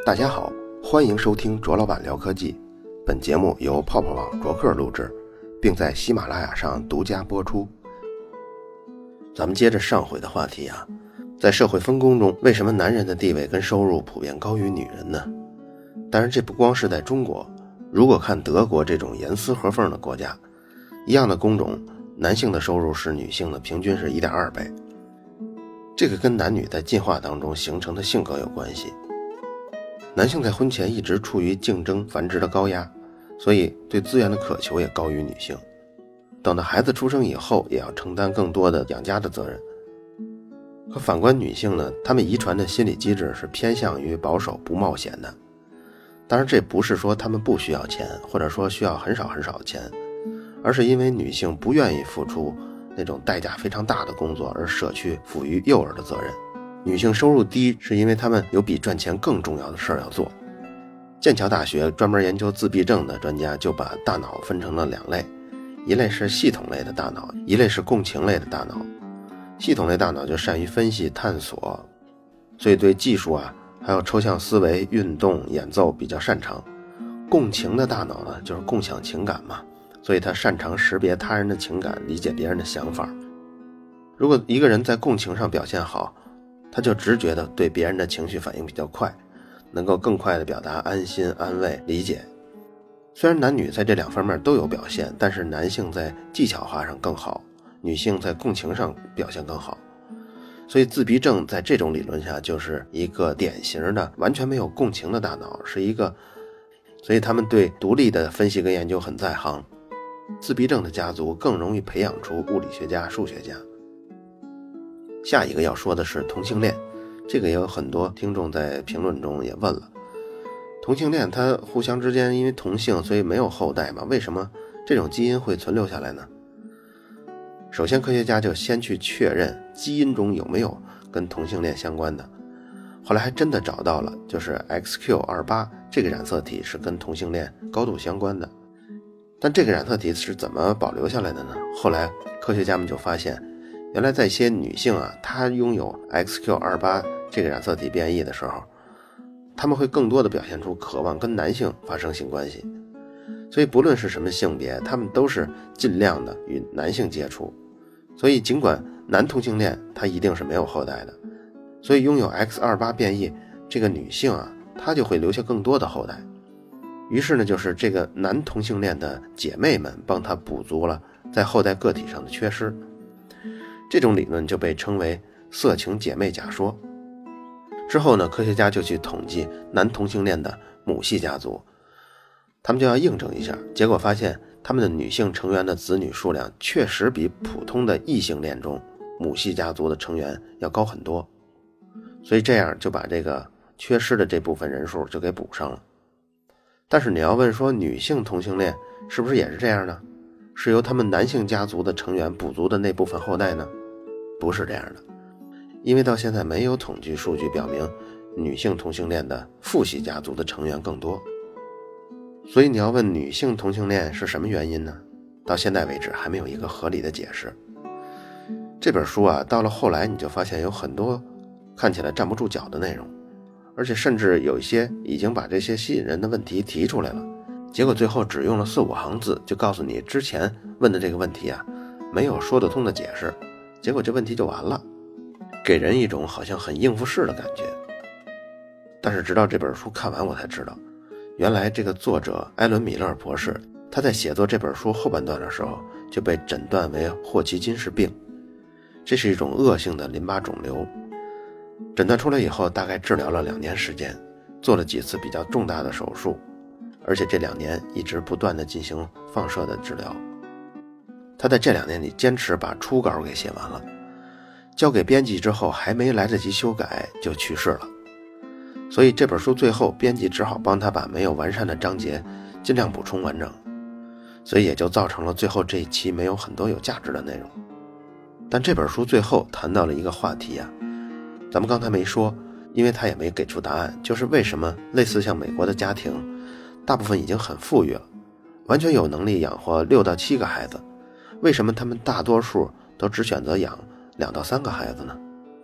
大家好，欢迎收听卓老板聊科技。本节目由泡泡网卓克录制，并在喜马拉雅上独家播出。咱们接着上回的话题啊，在社会分工中，为什么男人的地位跟收入普遍高于女人呢？当然这不光是在中国，如果看德国这种严丝合缝的国家，一样的工种，男性的收入是女性的平均是 1.2 倍。这个跟男女在进化当中形成的性格有关系。男性在婚前一直处于竞争繁殖的高压，所以对资源的渴求也高于女性。等到孩子出生以后，也要承担更多的养家的责任。可反观女性呢，她们遗传的心理机制是偏向于保守不冒险的。当然这不是说她们不需要钱，或者说需要很少的钱，而是因为女性不愿意付出那种代价非常大的工作，而舍去抚育幼儿的责任。女性收入低是因为她们有比赚钱更重要的事要做。剑桥大学专门研究自闭症的专家就把大脑分成了2类，一类是系统类的大脑，一类是共情类的大脑。系统类大脑就善于分析探索，所以对技术还有抽象思维、运动、演奏比较擅长。共情的大脑呢，就是共享情感嘛，所以他擅长识别他人的情感，理解别人的想法。如果一个人在共情上表现好，他就直觉的对别人的情绪反应比较快，能够更快的表达安心、安慰、理解。虽然男女在这2方面都有表现，但是男性在技巧化上更好，女性在共情上表现更好。所以自闭症在这种理论下就是一个典型的完全没有共情的大脑，所以他们对独立的分析跟研究很在行。自闭症的家族更容易培养出物理学家、数学家。下一个要说的是同性恋，这个也有很多听众在评论中也问了。同性恋它互相之间因为同性所以没有后代嘛，为什么这种基因会存留下来呢？首先科学家就先去确认基因中有没有跟同性恋相关的，后来还真的找到了，就是 XQ28 这个染色体是跟同性恋高度相关的。但这个染色体是怎么保留下来的呢？后来科学家们就发现，原来在一些女性她拥有 XQ28 这个染色体变异的时候，她们会更多的表现出渴望跟男性发生性关系。所以不论是什么性别，她们都是尽量的与男性接触。所以尽管男同性恋他一定是没有后代的，所以拥有 X28 变异这个女性她就会留下更多的后代。于是呢，就是这个男同性恋的姐妹们帮她补足了在后代个体上的缺失。这种理论就被称为色情姐妹假说。之后呢，科学家就去统计男同性恋的母系家族，他们就要印证一下，结果发现他们的女性成员的子女数量确实比普通的异性恋中母系家族的成员要高很多，所以这样就把这个缺失的这部分人数就给补上了。但是你要问说女性同性恋是不是也是这样呢？是由他们男性家族的成员补足的那部分后代呢？不是这样的，因为到现在没有统计数据表明女性同性恋的父系家族的成员更多。所以你要问女性同性恋是什么原因呢？到现在为止还没有一个合理的解释。这本书到了后来你就发现有很多看起来站不住脚的内容，而且甚至有一些已经把这些吸引人的问题提出来了，结果最后只用了4-5行字就告诉你之前问的这个问题没有说得通的解释，结果这问题就完了，给人一种好像很应付式的感觉。但是直到这本书看完我才知道，原来这个作者艾伦·米勒博士他在写作这本书后半段的时候就被诊断为霍奇金氏病，这是一种恶性的淋巴肿瘤。诊断出来以后大概治疗了2年时间，做了几次比较重大的手术，而且这2年一直不断的进行放射的治疗。他在这2年里坚持把初稿给写完了，交给编辑之后还没来得及修改就去世了。所以这本书最后编辑只好帮他把没有完善的章节尽量补充完整，所以也就造成了最后这一期没有很多有价值的内容。但这本书最后谈到了一个话题咱们刚才没说，因为他也没给出答案，就是为什么类似像美国的家庭大部分已经很富裕了，完全有能力养活6到7个孩子，为什么他们大多数都只选择养2到3个孩子呢？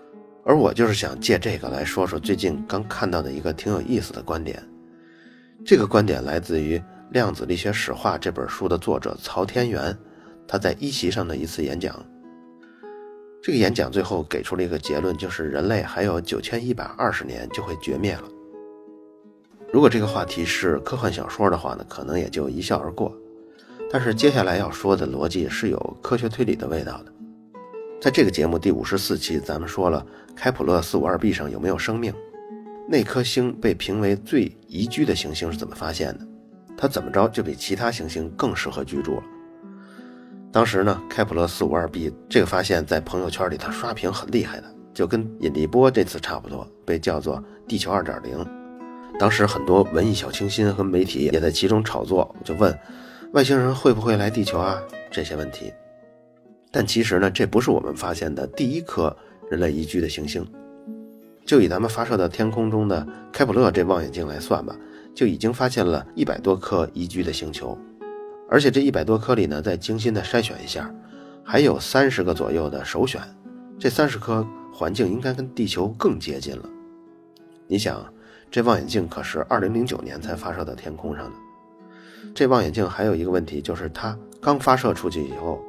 而我就是想借这个来说说最近刚看到的一个挺有意思的观点。这个观点来自于《量子力学史话》这本书的作者曹天元，他在一席上的一次演讲。这个演讲最后给出了一个结论，就是人类还有9120年就会绝灭了。如果这个话题是科幻小说的话呢，可能也就一笑而过。但是接下来要说的逻辑是有科学推理的味道的。在这个节目第54期，咱们说了开普勒 452b 上有没有生命，那颗星被评为最宜居的行星是怎么发现的，它怎么着就比其他行星更适合居住了。当时呢，开普勒 452b 这个发现在朋友圈里它刷屏很厉害的，就跟引力波这次差不多，被叫做地球 2.0。 当时很多文艺小清新和媒体也在其中炒作，就问外星人会不会来地球啊这些问题。但其实呢，这不是我们发现的第一颗人类宜居的行星。就以咱们发射到天空中的开普勒这望远镜来算吧，就已经发现了100多颗宜居的星球。而且这100多颗里呢，再精心的筛选一下，还有30个左右的首选，这30颗环境应该跟地球更接近了。你想，这望远镜可是2009年才发射到天空上的。这望远镜还有一个问题，就是它刚发射出去以后，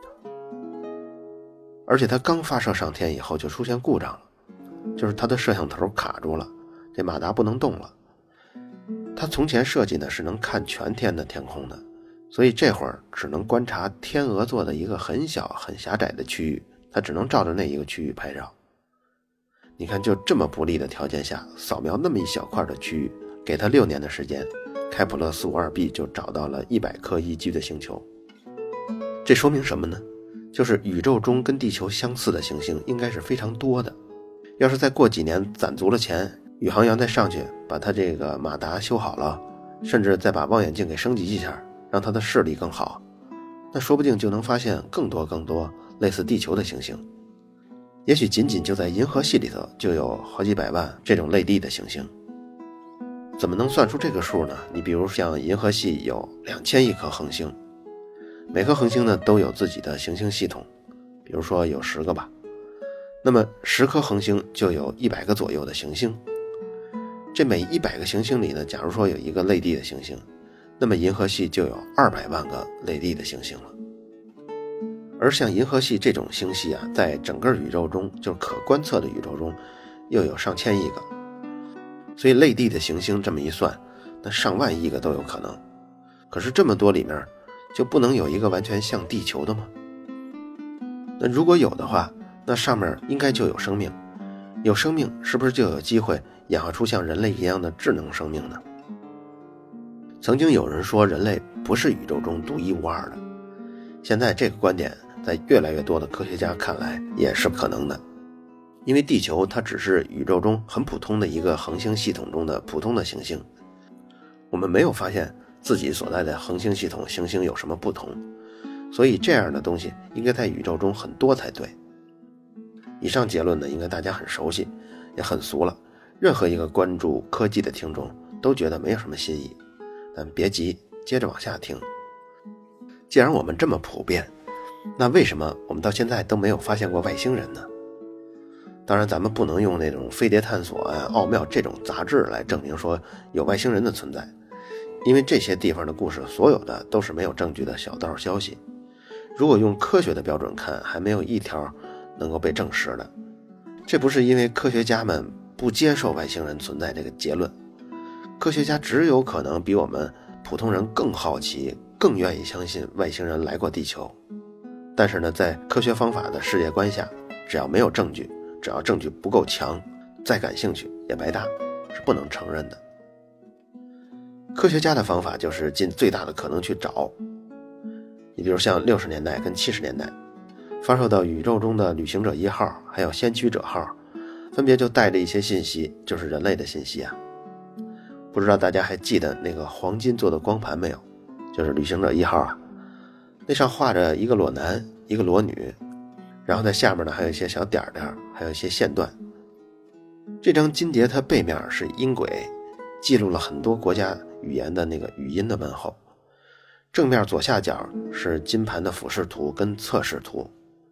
而且它刚发射上天以后就出现故障了，就是它的摄像头卡住了，这马达不能动了。它从前设计呢是能看全天的天空的，所以这会儿只能观察天鹅座的一个很小很狭窄的区域，它只能照着那一个区域拍照。你看，就这么不利的条件下，扫描那么一小块的区域，给它6年的时间，开普勒 452b 就找到了100颗宜居的星球。这说明什么呢？就是宇宙中跟地球相似的行星应该是非常多的。要是再过几年攒足了钱，宇航员再上去把它这个马达修好了，甚至再把望远镜给升级一下，让它的视力更好，那说不定就能发现更多类似地球的行星。也许仅仅就在银河系里头就有好几百万这种类地的行星。怎么能算出这个数呢？你比如像银河系有2000亿颗恒星，每颗恒星呢都有自己的行星系统，比如说有10个吧，那么10颗恒星就有100个左右的行星。这每100个行星里呢，假如说有一个类地的行星，那么银河系就有200万个类地的行星了。而像银河系这种星系啊，在整个宇宙中，就是可观测的宇宙中，又有上千亿个，所以类地的行星这么一算，那上万亿个都有可能。可是这么多里面，就不能有一个完全像地球的吗？那如果有的话，那上面应该就有生命，有生命是不是就有机会演化出像人类一样的智能生命呢？曾经有人说人类不是宇宙中独一无二的，现在这个观点在越来越多的科学家看来也是可能的。因为地球它只是宇宙中很普通的一个恒星系统中的普通的行星，我们没有发现自己所在的恒星系统行星有什么不同，所以这样的东西应该在宇宙中很多才对。以上结论呢，应该大家很熟悉，也很俗了，任何一个关注科技的听众都觉得没有什么新意。但别急，接着往下听。既然我们这么普遍，那为什么我们到现在都没有发现过外星人呢？当然咱们不能用那种飞碟探索啊、奥妙这种杂志来证明说有外星人的存在，因为这些地方的故事所有的都是没有证据的小道消息，如果用科学的标准看，还没有一条能够被证实的。这不是因为科学家们不接受外星人存在这个结论，科学家只有可能比我们普通人更好奇，更愿意相信外星人来过地球。但是呢，在科学方法的世界观下，只要没有证据，只要证据不够强，再感兴趣也白搭，是不能承认的。科学家的方法就是尽最大的可能去找。你比如像60年代跟70年代发射到宇宙中的旅行者1号还有先驱者号，分别就带着一些信息，就是人类的信息啊。不知道大家还记得那个黄金做的光盘没有？就是旅行者1号啊，那上画着一个裸男一个裸女，然后在下面呢还有一些小点点，还有一些线段。这张金碟它背面是音轨，记录了很多国家语言的那个语音的问候。正面左下角是金盘的俯视图跟侧视图，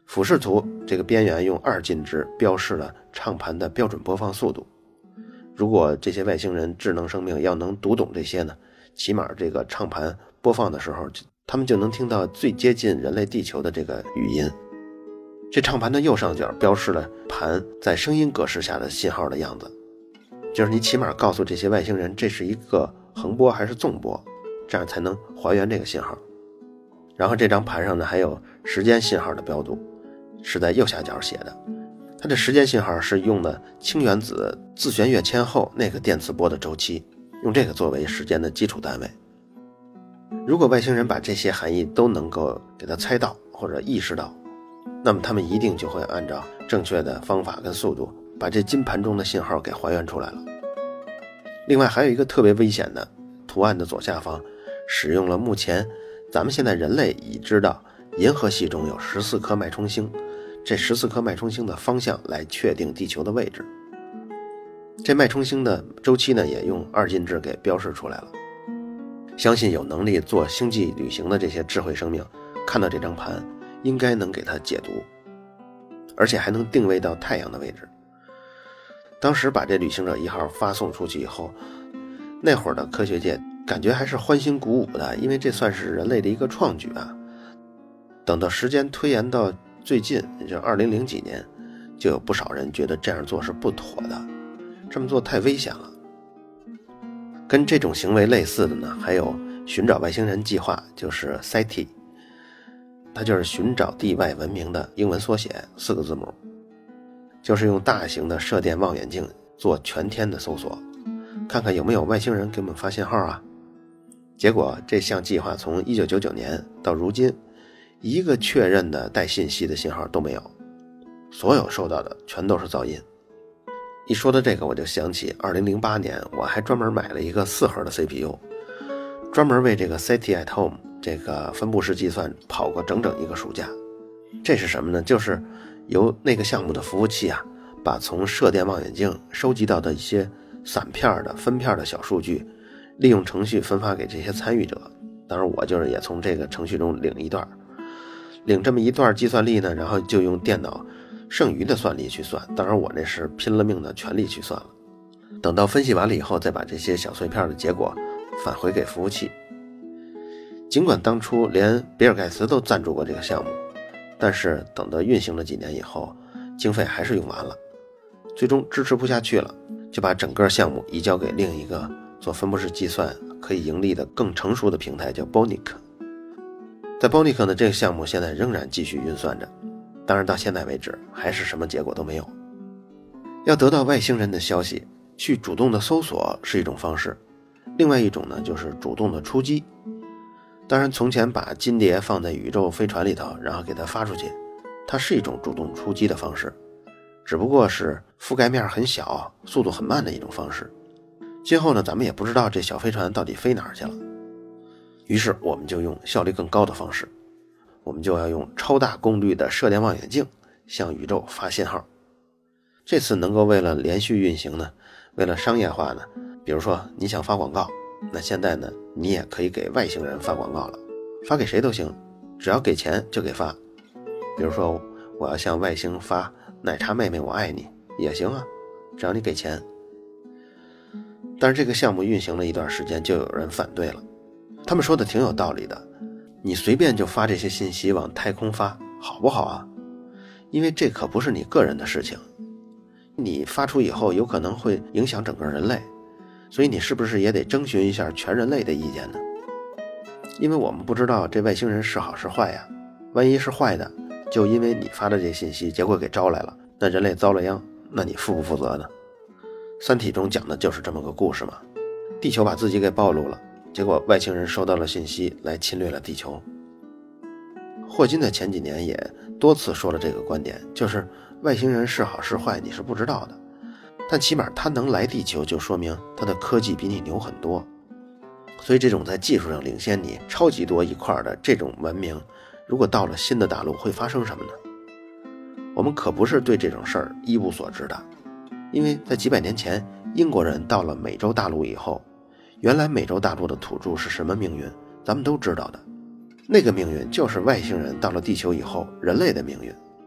俯视图这个边缘用2进制标示了唱盘的标准播放速度。如果这些外星人智能生命要能读懂这些呢，起码这个唱盘播放的时候，他们就能听到最接近人类地球的这个语音。这唱盘的右上角标示了盘在声音格式下的信号的样子，就是你起码告诉这些外星人这是一个横波还是纵波，这样才能还原这个信号。然后这张盘上呢还有时间信号的标度，是在右下角写的。它的时间信号是用的氢原子自旋跃迁后那个电磁波的周期，用这个作为时间的基础单位。如果外星人把这些含义都能够给它猜到或者意识到，那么他们一定就会按照正确的方法跟速度把这金盘中的信号给还原出来了。另外还有一个特别危险的，图案的左下方使用了目前咱们现在人类已知道银河系中有14颗脉冲星，这14颗脉冲星的方向来确定地球的位置。这脉冲星的周期呢也用2进制给标示出来了。相信有能力做星际旅行的这些智慧生命看到这张盘应该能给它解读，而且还能定位到太阳的位置。当时把这旅行者1号发送出去以后，那会儿的科学界感觉还是欢欣鼓舞的，因为这算是人类的一个创举啊。等到时间推延到最近，也就2000几年，就有不少人觉得这样做是不妥的，这么做太危险了。跟这种行为类似的呢，还有寻找外星人计划，就是 SETI， 它就是寻找地外文明的英文缩写，4个字母，就是用大型的射电望远镜做全天的搜索，看看有没有外星人给我们发信号啊。结果这项计划从1999年到如今，一个确认的带信息的信号都没有，所有收到的全都是噪音。一说到这个，我就想起2008年我还专门买了一个4核的 CPU， 专门为这个 SETI at Home 这个分布式计算跑过整整一个暑假。这是什么呢？就是由那个项目的服务器啊，把从射电望远镜收集到的一些散片的分片的小数据，利用程序分发给这些参与者。当然我就是也从这个程序中领这么一段计算力呢，然后就用电脑剩余的算力去算，当然我那是拼了命的全力去算了。等到分析完了以后，再把这些小碎片的结果返回给服务器。尽管当初连比尔盖茨都赞助过这个项目，但是等到运行了几年以后，经费还是用完了，最终支持不下去了，就把整个项目移交给另一个做分布式计算可以盈利的更成熟的平台，叫 Bonic。 在 Bonic 呢，这个项目现在仍然继续运算着，当然到现在为止还是什么结果都没有。要得到外星人的消息，去主动的搜索是一种方式，另外一种呢就是主动的出击。当然从前把金碟放在宇宙飞船里头，然后给它发出去，它是一种主动出击的方式，只不过是覆盖面很小，速度很慢的一种方式。今后呢，咱们也不知道这小飞船到底飞哪儿去了，于是我们就用效率更高的方式，我们就要用超大功率的射电望远镜向宇宙发信号。这次能够为了连续运行呢，为了商业化呢，比如说你想发广告，那现在呢你也可以给外星人发广告了，发给谁都行，只要给钱就给发。比如说我要向外星发奶茶妹妹我爱你也行啊，只要你给钱。但是这个项目运行了一段时间，就有人反对了，他们说的挺有道理的，你随便就发这些信息往太空发好不好啊？因为这可不是你个人的事情，你发出以后有可能会影响整个人类，所以你是不是也得征询一下全人类的意见呢？因为我们不知道这外星人是好是坏呀，万一是坏的，就因为你发的这信息结果给招来了，那人类遭了殃，那你负不负责呢？三体中讲的就是这么个故事嘛，地球把自己给暴露了，结果外星人收到了信息来侵略了地球。霍金在前几年也多次说了这个观点，就是外星人是好是坏你是不知道的，但起码他能来地球就说明他的科技比你牛很多。所以这种在技术上领先你超级多一块的这种文明，如果到了新的大陆会发生什么呢？我们可不是对这种事儿一无所知的，因为在几百年前英国人到了美洲大陆以后，原来美洲大陆的土著是什么命运咱们都知道的，那个命运就是外星人到了地球以后人类的命运，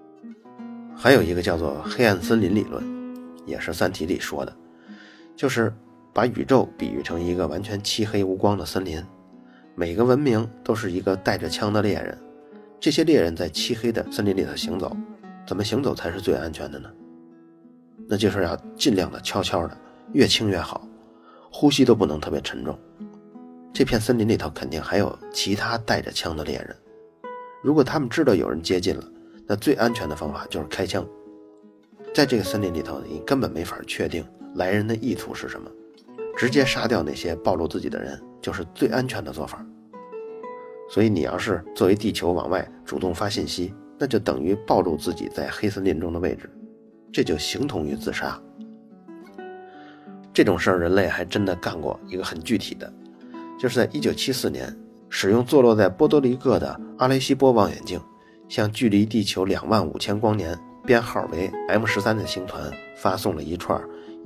还有一个叫做黑暗森林理论，也是三体里说的，就是把宇宙比喻成一个完全漆黑无光的森林，每个文明都是一个带着枪的猎人，这些猎人在漆黑的森林里头行走，怎么行走才是最安全的呢？那就是要尽量的悄悄的，越轻越好，呼吸都不能特别沉重。这片森林里头肯定还有其他带着枪的猎人，如果他们知道有人接近了，那最安全的方法就是开枪。在这个森林里头，你根本没法确定来人的意图是什么，直接杀掉那些暴露自己的人就是最安全的做法。所以你要是作为地球往外主动发信息，那就等于暴露自己在黑森林中的位置，这就形同于自杀。这种事儿人类还真的干过一个很具体的，就是在1974年使用坐落在波多黎各的阿雷西波望远镜，向距离地球25000光年编号为 M13 的星团发送了一串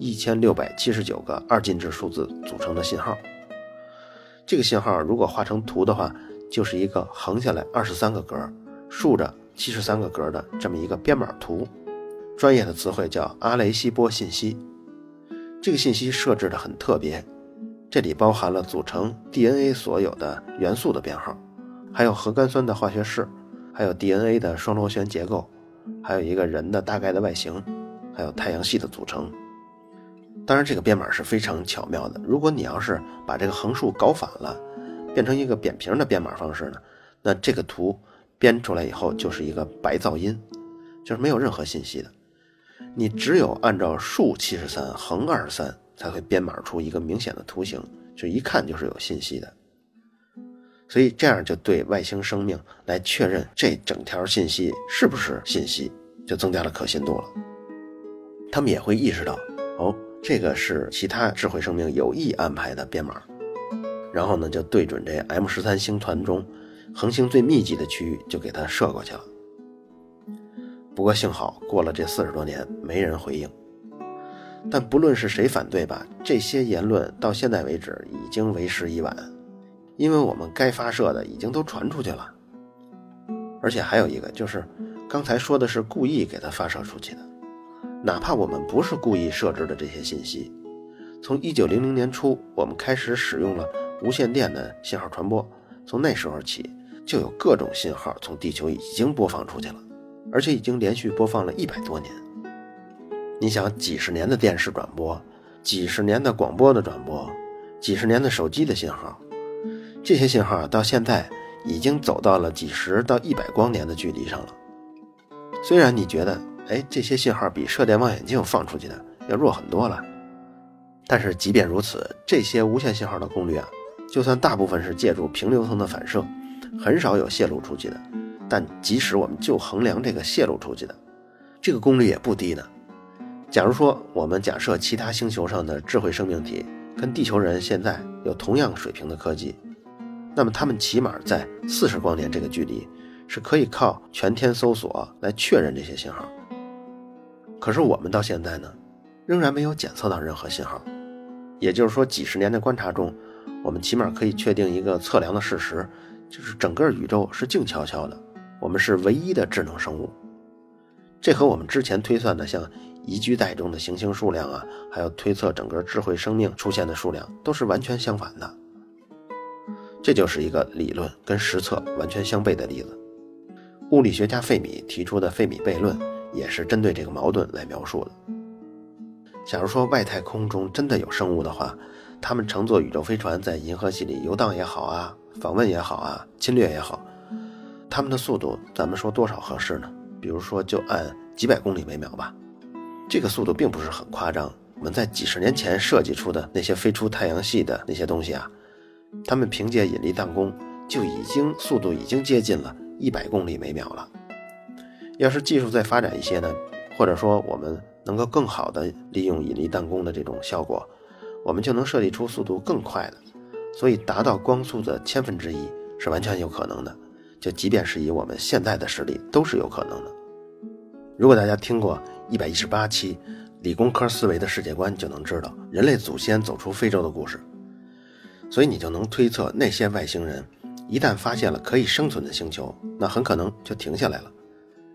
1679个二进制数字组成的信号。这个信号如果画成图的话，就是一个横下来23个格，竖着73个格的这么一个编码图，专业的词汇叫阿雷西波信息。这个信息设置的很特别，这里包含了组成 DNA 所有的元素的编号，还有核苷酸的化学式，还有 DNA 的双螺旋结构，还有一个人的大概的外形，还有太阳系的组成。当然这个编码是非常巧妙的，如果你要是把这个横竖搞反了，变成一个扁平的编码方式呢，那这个图编出来以后就是一个白噪音，就是没有任何信息的。你只有按照竖73横23才会编码出一个明显的图形，就一看就是有信息的。所以这样就对外星生命来确认这整条信息是不是信息就增加了可信度了。他们也会意识到，这个是其他智慧生命有意安排的编码，然后呢就对准这 M13 星团中恒星最密集的区域就给它射过去了。不过幸好过了这40多年没人回应。但不论是谁反对吧，这些言论到现在为止已经为时已晚，因为我们该发射的已经都传出去了。而且还有一个就是刚才说的是故意给它发射出去的，哪怕我们不是故意设置的这些信息，从1900年初我们开始使用了无线电的信号传播，从那时候起就有各种信号从地球已经播放出去了，而且已经连续播放了100多年。你想几十年的电视转播，几十年的广播的转播，几十年的手机的信号，这些信号到现在已经走到了几十到100光年的距离上了。虽然你觉得这些信号比射电望远镜放出去的要弱很多了，但是即便如此，这些无线信号的功率就算大部分是借助平流层的反射，很少有泄露出去的，但即使我们就衡量这个泄露出去的，这个功率也不低呢。假如说我们假设其他星球上的智慧生命体跟地球人现在有同样水平的科技，那么他们起码在40光年这个距离是可以靠全天搜索来确认这些信号。可是我们到现在呢，仍然没有检测到任何信号。也就是说几十年的观察中，我们起码可以确定一个测量的事实，就是整个宇宙是静悄悄的，我们是唯一的智能生物。这和我们之前推算的像宜居带中的行星数量还有推测整个智慧生命出现的数量都是完全相反的。这就是一个理论跟实测完全相悖的例子。物理学家费米提出的费米悖论也是针对这个矛盾来描述的。假如说外太空中真的有生物的话，他们乘坐宇宙飞船在银河系里游荡也好访问也好侵略也好，他们的速度咱们说多少合适呢？比如说就按几百公里每秒吧，这个速度并不是很夸张。我们在几十年前设计出的那些飞出太阳系的那些东西他们凭借引力弹弓就速度已经接近了100公里每秒了。要是技术再发展一些呢，或者说我们能够更好的利用引力弹弓的这种效果，我们就能设计出速度更快的，所以达到光速的1/1000是完全有可能的，就即便是以我们现在的实力都是有可能的。如果大家听过118期理工科思维的世界观，就能知道人类祖先走出非洲的故事。所以你就能推测那些外星人一旦发现了可以生存的星球，那很可能就停下来了，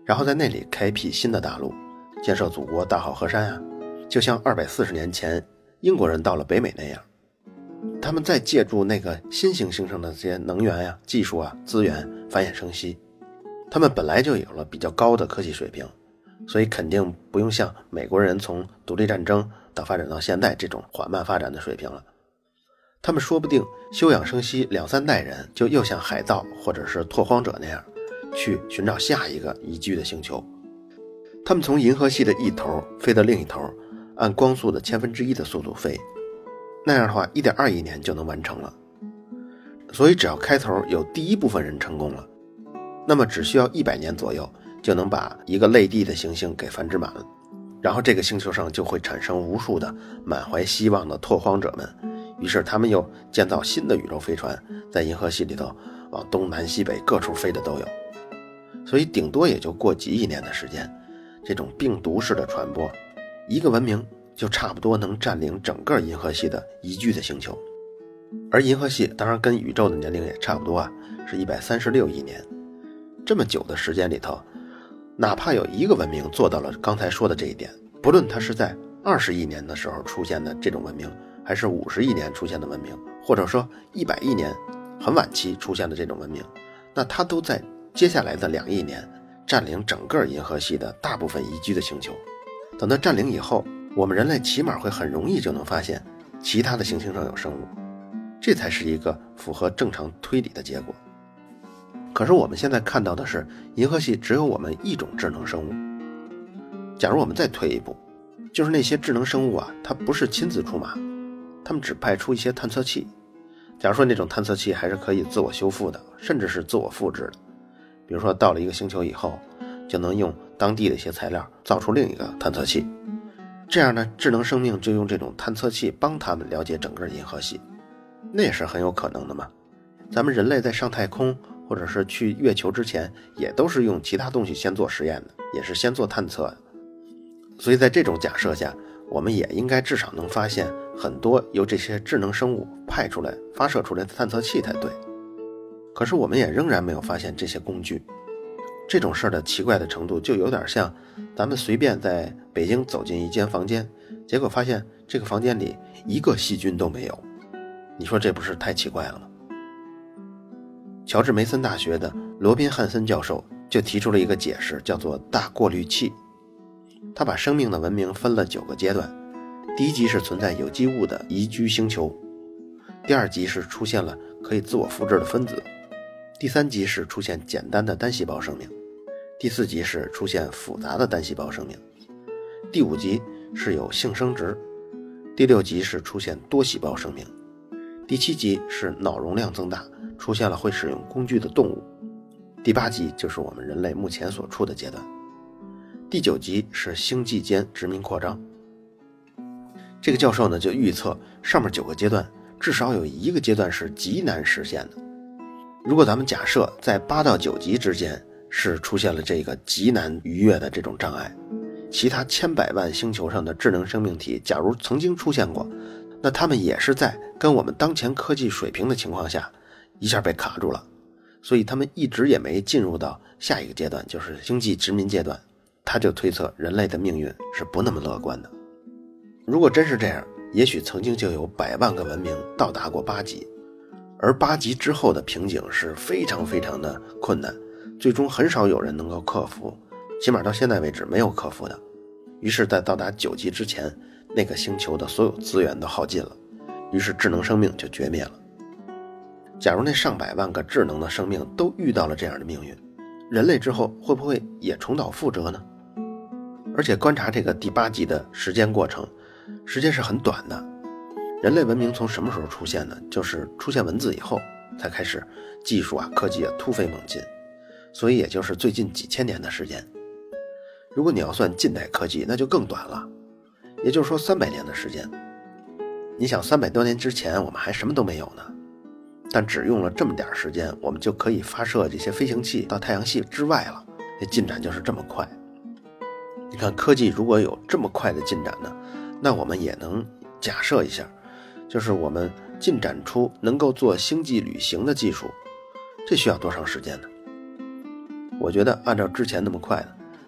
然后在那里开辟新的大陆，建设祖国大好河山啊，就像240年前英国人到了北美那样。他们再借助那个新型形成的这些能源呀、技术啊、资源繁衍生息，他们本来就有了比较高的科技水平，所以肯定不用像美国人从独立战争到发展到现在这种缓慢发展的水平了。他们说不定休养生息2-3代人，就又像海盗或者是拓荒者那样去寻找下一个宜居的星球。他们从银河系的一头飞到另一头，按光速的1/1000的速度飞，那样的话 1.2 亿年就能完成了。所以只要开头有第一部分人成功了，那么只需要100年左右就能把一个类地的行星给繁殖满了，然后这个星球上就会产生无数的满怀希望的拓荒者们，于是他们又建造新的宇宙飞船，在银河系里头往东南西北各处飞的都有。所以顶多也就过几亿年的时间，这种病毒式的传播，一个文明就差不多能占领整个银河系的宜居的星球。而银河系当然跟宇宙的年龄也差不多啊，是136亿年。这么久的时间里头，哪怕有一个文明做到了刚才说的这一点，不论它是在20亿年的时候出现的这种文明，还是50亿年出现的文明，或者说100亿年很晚期出现的这种文明，那它都在接下来的2亿年占领整个银河系的大部分宜居的星球。等到占领以后，我们人类起码会很容易就能发现其他的行星上有生物，这才是一个符合正常推理的结果。可是我们现在看到的是，银河系只有我们一种智能生物。假如我们再退一步，就是那些智能生物啊，它不是亲自出马，他们只派出一些探测器。假如说那种探测器还是可以自我修复的，甚至是自我复制的，比如说到了一个星球以后，就能用当地的一些材料造出另一个探测器，这样呢，智能生命就用这种探测器帮他们了解整个银河系，那也是很有可能的嘛。咱们人类在上太空或者是去月球之前，也都是用其他东西先做实验的，也是先做探测的。所以在这种假设下，我们也应该至少能发现很多由这些智能生物派出来发射出来的探测器才对。可是我们也仍然没有发现这些工具。这种事儿的奇怪的程度就有点像咱们随便在北京走进一间房间，结果发现这个房间里一个细菌都没有，你说这不是太奇怪了吗？乔治梅森大学的罗宾汉森教授就提出了一个解释，叫做大过滤器。他把生命的文明分了9个阶段，第一级是存在有机物的宜居星球，第2级是出现了可以自我复制的分子，第3级是出现简单的单细胞生命，第4级是出现复杂的单细胞生命，第5级是有性生殖，第6级是出现多细胞生命，第7级是脑容量增大，出现了会使用工具的动物，第8级就是我们人类目前所处的阶段，第9级是星际间殖民扩张。这个教授呢就预测上面9个阶段至少有1个阶段是极难实现的。如果咱们假设在8到9级之间是出现了这个极难逾越的这种障碍，其他千百万星球上的智能生命体假如曾经出现过，那他们也是在跟我们当前科技水平的情况下一下被卡住了，所以他们一直也没进入到下一个阶段，就是星际殖民阶段。他就推测人类的命运是不那么乐观的。如果真是这样，也许曾经就有100万个文明到达过8级，而8级之后的瓶颈是非常非常的困难，最终很少有人能够克服，起码到现在为止没有克服的。于是在到达9级之前，那个星球的所有资源都耗尽了，于是智能生命就绝灭了。假如那上百万个智能的生命都遇到了这样的命运，人类之后会不会也重蹈覆辙呢？而且观察这个第8级的时间过程，时间是很短的。人类文明从什么时候出现呢？就是出现文字以后才开始技术啊科技啊突飞猛进，所以也就是最近几千年的时间。如果你要算近代科技，那就更短了，也就是说300年的时间。你想300多年之前我们还什么都没有呢，但只用了这么点时间，我们就可以发射这些飞行器到太阳系之外了，这进展就是这么快。你看科技如果有这么快的进展呢，那我们也能假设一下，就是我们进展出能够做星际旅行的技术，这需要多长时间呢？我觉得按照之前那么快的，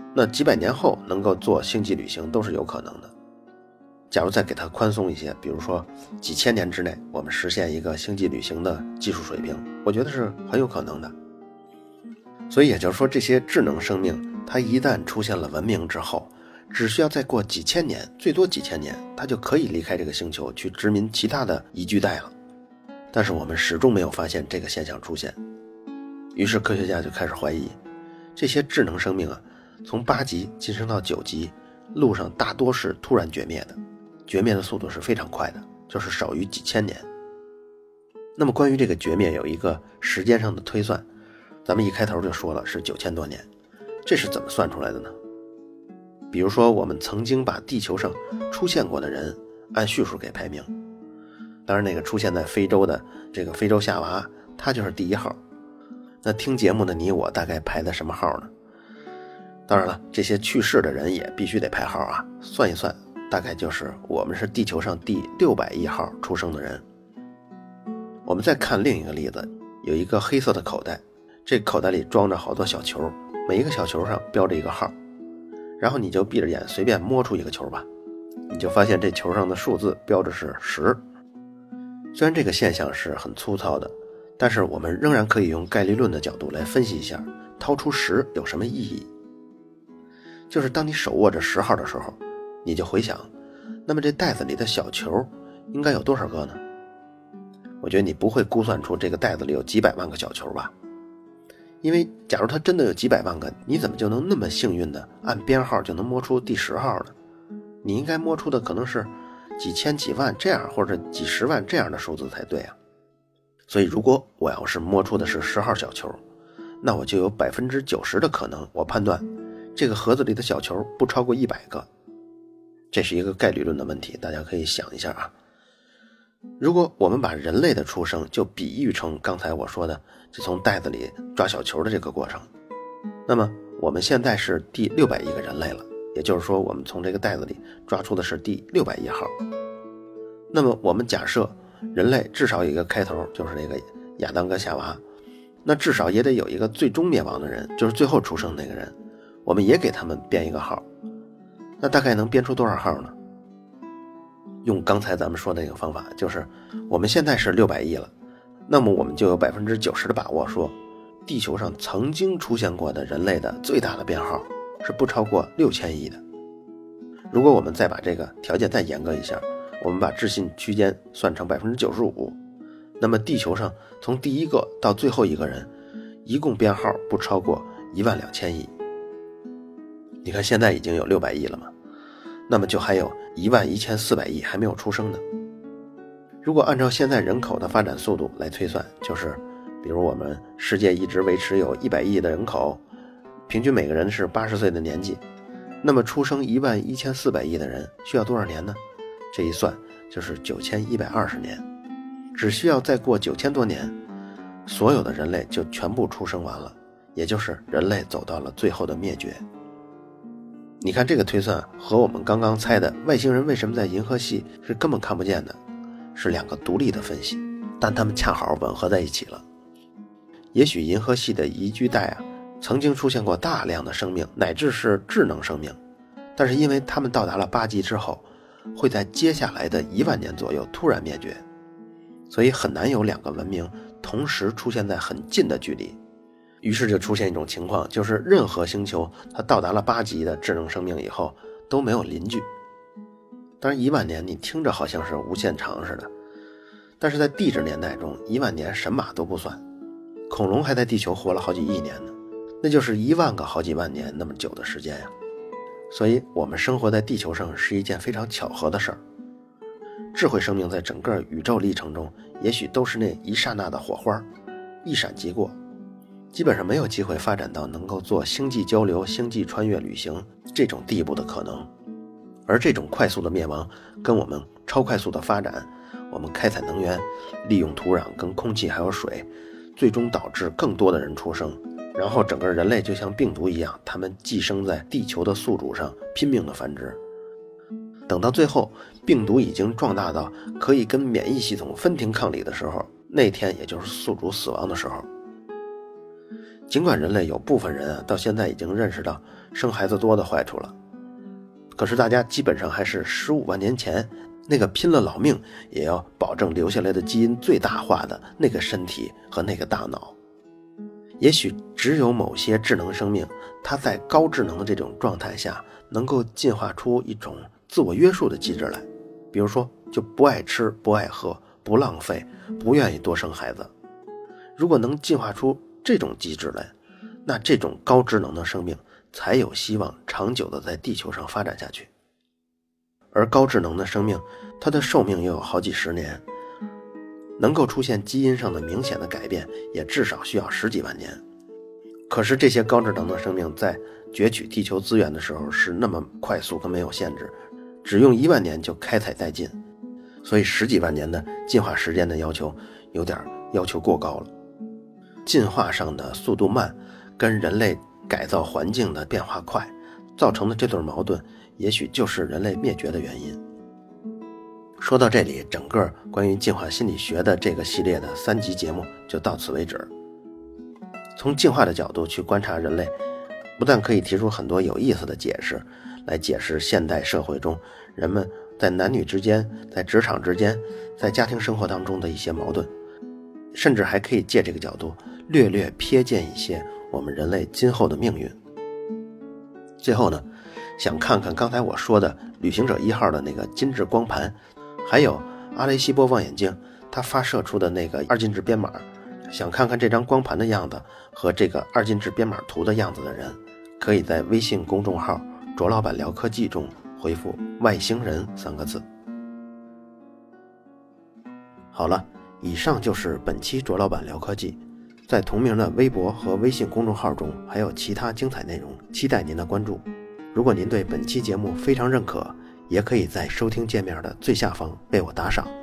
那几百年后能够做星际旅行都是有可能的。假如再给它宽松一些，比如说几千年之内我们实现一个星际旅行的技术水平，我觉得是很有可能的。所以也就是说，这些智能生命它一旦出现了文明之后，只需要再过几千年，最多几千年，它就可以离开这个星球去殖民其他的宜居带了。但是我们始终没有发现这个现象出现。于是科学家就开始怀疑，这些智能生命从8级晋升到9级，路上大多是突然绝灭的，绝灭的速度是非常快的，就是少于几千年。那么关于这个绝灭有一个时间上的推算，咱们一开头就说了是9000多年，这是怎么算出来的呢？比如说我们曾经把地球上出现过的人按序数给排名，当然那个出现在非洲的这个非洲夏娃，他就是第1号。那听节目的你我大概排的什么号呢？当然了，这些去世的人也必须得排号啊，算一算大概就是我们是地球上第601号出生的人。我们再看另一个例子，有一个黑色的口袋，这口袋里装着好多小球，每一个小球上标着一个号，然后你就闭着眼随便摸出一个球吧，你就发现这球上的数字标着是10。虽然这个现象是很粗糙的，但是我们仍然可以用概率论的角度来分析一下，掏出10有什么意义。就是当你手握着10号的时候，你就回想，那么这袋子里的小球应该有多少个呢？我觉得你不会估算出这个袋子里有几百万个小球吧，因为假如它真的有几百万个，你怎么就能那么幸运的按编号就能摸出第10号呢？你应该摸出的可能是几千几万这样，或者几十万这样的数字才对啊。所以如果我要是摸出的是10号小球，那我就有90%的可能，我判断这个盒子里的小球不超过100个。这是一个概率论的问题，大家可以想一下啊。如果我们把人类的出生就比喻成刚才我说的就从袋子里抓小球的这个过程，那么我们现在是第600亿个人类了，也就是说我们从这个袋子里抓出的是第601号。那么我们假设人类至少有一个开头，就是那个亚当跟夏娃，那至少也得有一个最终灭亡的人，就是最后出生那个人，我们也给他们编一个号，那大概能编出多少号呢？用刚才咱们说的那个方法，就是我们现在是600亿了，那么我们就有90%的把握说，地球上曾经出现过的人类的最大的编号是不超过6000亿的。如果我们再把这个条件再严格一下，我们把置信区间算成95%，那么地球上从第一个到最后一个人一共编号不超过12000亿。你看现在已经有600亿了嘛，那么就还有11400亿还没有出生呢。如果按照现在人口的发展速度来推算，就是比如我们世界一直维持有100亿的人口，平均每个人是80岁的年纪，那么出生11400亿的人需要多少年呢？这一算就是9120年，只需要再过9000多年，所有的人类就全部出生完了，也就是人类走到了最后的灭绝。你看这个推算和我们刚刚猜的外星人为什么在银河系是根本看不见的，是2个独立的分析，但它们恰好吻合在一起了。也许银河系的宜居带曾经出现过大量的生命，乃至是智能生命，但是因为它们到达了8级之后，会在接下来的1万年左右突然灭绝，所以很难有2个文明同时出现在很近的距离。于是就出现一种情况，就是任何星球它到达了8级的智能生命以后都没有邻居。当然1万年你听着好像是无限长似的，但是在地质年代中1万年神马都不算，恐龙还在地球活了好几亿年呢，那就是1万个好几万年那么久的时间呀。所以我们生活在地球上是一件非常巧合的事儿。智慧生命在整个宇宙历程中也许都是那一刹那的火花，一闪即过，基本上没有机会发展到能够做星际交流、星际穿越旅行这种地步的可能。而这种快速的灭亡跟我们超快速的发展，我们开采能源，利用土壤跟空气还有水，最终导致更多的人出生，然后整个人类就像病毒一样，他们寄生在地球的宿主上拼命的繁殖。等到最后病毒已经壮大到可以跟免疫系统分庭抗礼的时候，那天也就是宿主死亡的时候。 尽管人类有部分人到现在已经认识到生孩子多的坏处了，可是大家基本上还是15万年前那个拼了老命也要保证留下来的基因最大化的那个身体和那个大脑。也许只有某些智能生命，它在高智能的这种状态下能够进化出一种自我约束的机制来，比如说就不爱吃、不爱喝、不浪费、不愿意多生孩子。如果能进化出这种机制来，那这种高智能的生命才有希望长久的在地球上发展下去。而高智能的生命，它的寿命也有好几十年，能够出现基因上的明显的改变也至少需要10几万年。可是这些高智能的生命在攫取地球资源的时候是那么快速和没有限制，只用1万年就开采殆尽，所以10几万年的进化时间的要求有点要求过高了。进化上的速度慢跟人类改造环境的变化快造成的这对矛盾，也许就是人类灭绝的原因。说到这里，整个关于进化心理学的这个系列的3集节目就到此为止。从进化的角度去观察人类，不但可以提出很多有意思的解释，来解释现代社会中人们在男女之间、在职场之间、在家庭生活当中的一些矛盾，甚至还可以借这个角度略略瞥见一些我们人类今后的命运。最后呢，想看看刚才我说的旅行者1号的那个金质光盘，还有阿雷西波望远镜它发射出的那个二进制编码，想看看这张光盘的样子和这个二进制编码图的样子的人，可以在微信公众号卓老板聊科技中回复外星人3个字。好了，以上就是本期卓老板聊科技，在同名的微博和微信公众号中还有其他精彩内容，期待您的关注。如果您对本期节目非常认可，也可以在收听界面的最下方为我打赏。